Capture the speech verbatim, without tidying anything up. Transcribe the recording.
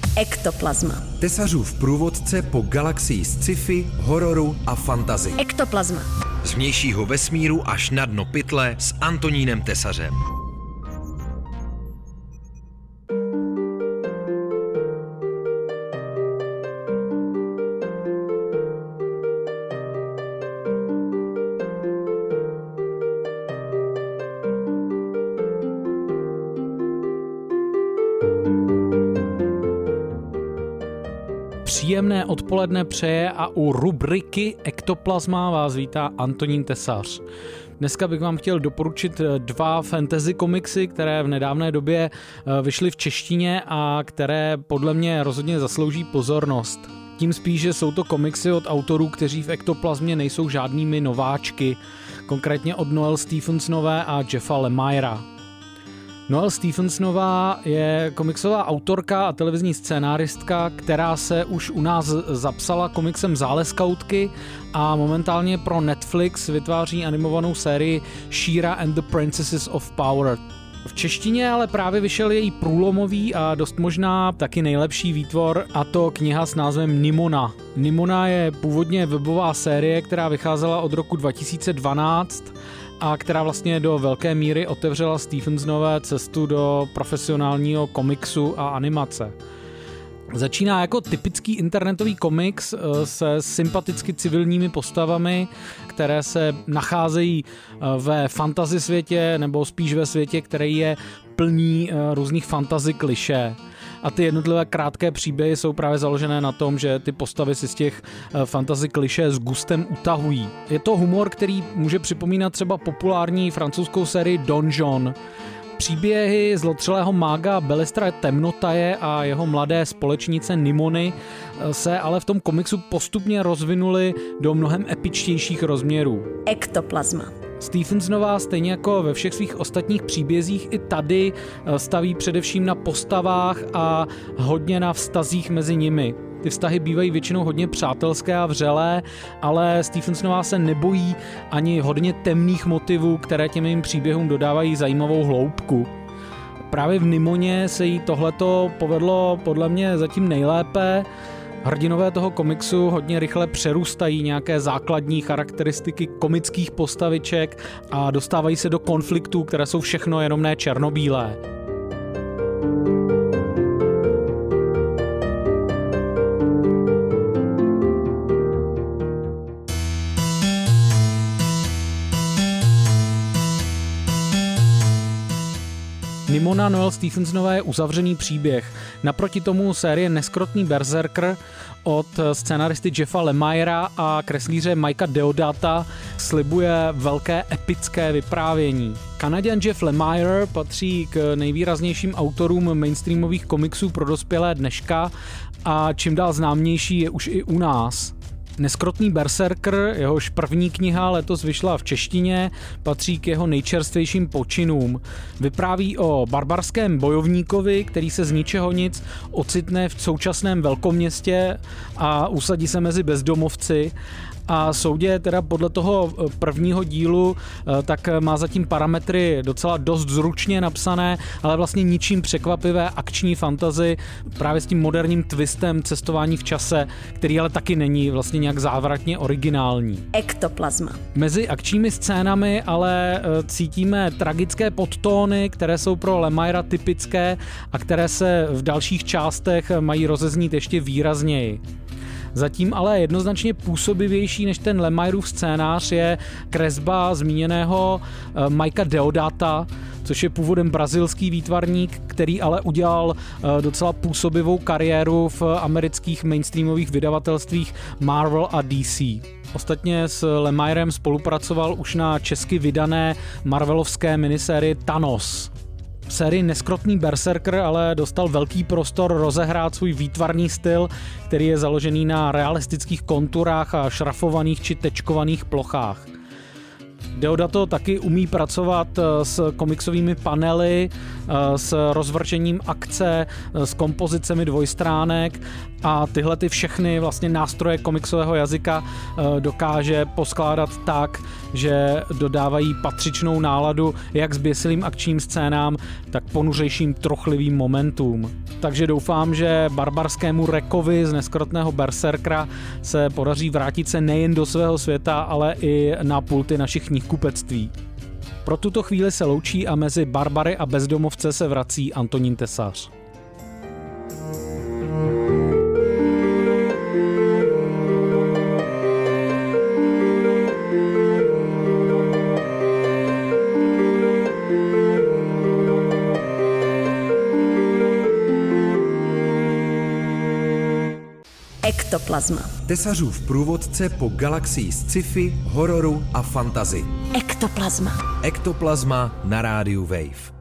Ektoplazma. Tesařův průvodce po galaxii sci-fi, hororu a fantasy. Ektoplazma. Z vnějšího vesmíru až na dno pytle s Antonínem Tesařem. Příjemné odpoledne přeje a u rubriky Ektoplazma vás vítá Antonín Tesař. Dneska bych vám chtěl doporučit dva fantasy komiksy, které v nedávné době vyšly v češtině a které podle mě rozhodně zaslouží pozornost. Tím spíš, že jsou to komiksy od autorů, kteří v Ektoplazmě nejsou žádnými nováčky, konkrétně od Noelle Stephensonové a Jeffa Lemira. Noelle Stephensonová je komiksová autorka a televizní scénáristka, která se už u nás zapsala komiksem Záleskautky a momentálně pro Netflix vytváří animovanou sérii She-Ra and the Princesses of Power. V češtině ale právě vyšel její průlomový a dost možná taky nejlepší výtvor, a to kniha s názvem Nimona. Nimona je původně webová série, která vycházela od roku dva tisíce dvanáct a která vlastně do velké míry otevřela Stephensonové cestu do profesionálního komiksu a animace. Začíná jako typický internetový komiks se sympaticky civilními postavami, které se nacházejí ve fantasy světě nebo spíš ve světě, který je plný různých fantasy klišé. A ty jednotlivé krátké příběhy jsou právě založené na tom, že ty postavy si z těch fantasy klišé s gustem utahují. Je to humor, který může připomínat třeba populární francouzskou sérii Donjon. Příběhy zlotřelého mága Belistra Temnotaje a jeho mladé společnice Nimony se ale v tom komiksu postupně rozvinuly do mnohem epičtějších rozměrů. Ektoplazma. Stephensonová stejně jako ve všech svých ostatních příbězích i tady staví především na postavách a hodně na vztazích mezi nimi. Ty vztahy bývají většinou hodně přátelské a vřelé, ale Stephensonová se nebojí ani hodně temných motivů, které těm jejím příběhům dodávají zajímavou hloubku. Právě v Nimoně se jí tohleto povedlo podle mě zatím nejlépe. Hrdinové toho komiksu hodně rychle přerůstají nějaké základní charakteristiky komických postaviček a dostávají se do konfliktů, které jsou všechno jenom ne černobílé. Nimona Noelle Stephensonové je uzavřený příběh. Naproti tomu série Neskrotný berserker od scenaristy Jeffa Lemira a kreslíře Mikea Deodata slibuje velké epické vyprávění. Kanaďan Jeff Lemire patří k nejvýraznějším autorům mainstreamových komiksů pro dospělé dneška a čím dál známější je už i u nás. Neskrotný berserker, jehož první kniha letos vyšla v češtině, patří k jeho nejčerstvějším počinům. Vypráví o barbarském bojovníkovi, který se z ničeho nic ocitne v současném velkoměstě a usadí se mezi bezdomovci. A soudě teda podle toho prvního dílu tak má zatím parametry docela dost zručně napsané, ale vlastně ničím překvapivé akční fantasy právě s tím moderním twistem cestování v čase, který ale taky není vlastně nějak závratně originální. Ektoplazma. Mezi akčními scénami ale cítíme tragické podtóny, které jsou pro Lemira typické a které se v dalších částech mají rozeznít ještě výrazněji. Zatím ale jednoznačně působivější než ten Lemirův scénář je kresba zmíněného Mikea Deodata, což je původem brazilský výtvarník, který ale udělal docela působivou kariéru v amerických mainstreamových vydavatelstvích Marvel a D C. Ostatně s Lemirem spolupracoval už na česky vydané marvelovské minisérii Thanos. V sérii Neskrotný berserker ale dostal velký prostor rozehrát svůj výtvarný styl, který je založený na realistických konturách a šrafovaných či tečkovaných plochách. Deodato taky umí pracovat s komiksovými panely, s rozvržením akce, s kompozicemi dvojstránek a tyhle ty všechny vlastně nástroje komiksového jazyka dokáže poskládat tak, že dodávají patřičnou náladu jak zběsilým akčním scénám, tak ponuřejším trochlivým momentům. Takže doufám, že barbarskému Rekovi z neskrotného berserkera se podaří vrátit se nejen do svého světa, ale i na pulty našich knihkupectví. Pro tuto chvíli se loučí a mezi barbary a bezdomovce se vrací Antonín Tesař. Ektoplazma. Tesařův průvodce po galaxii sci-fi, hororu a fantasy. Ektoplazma. Ektoplazma na rádiu Wave.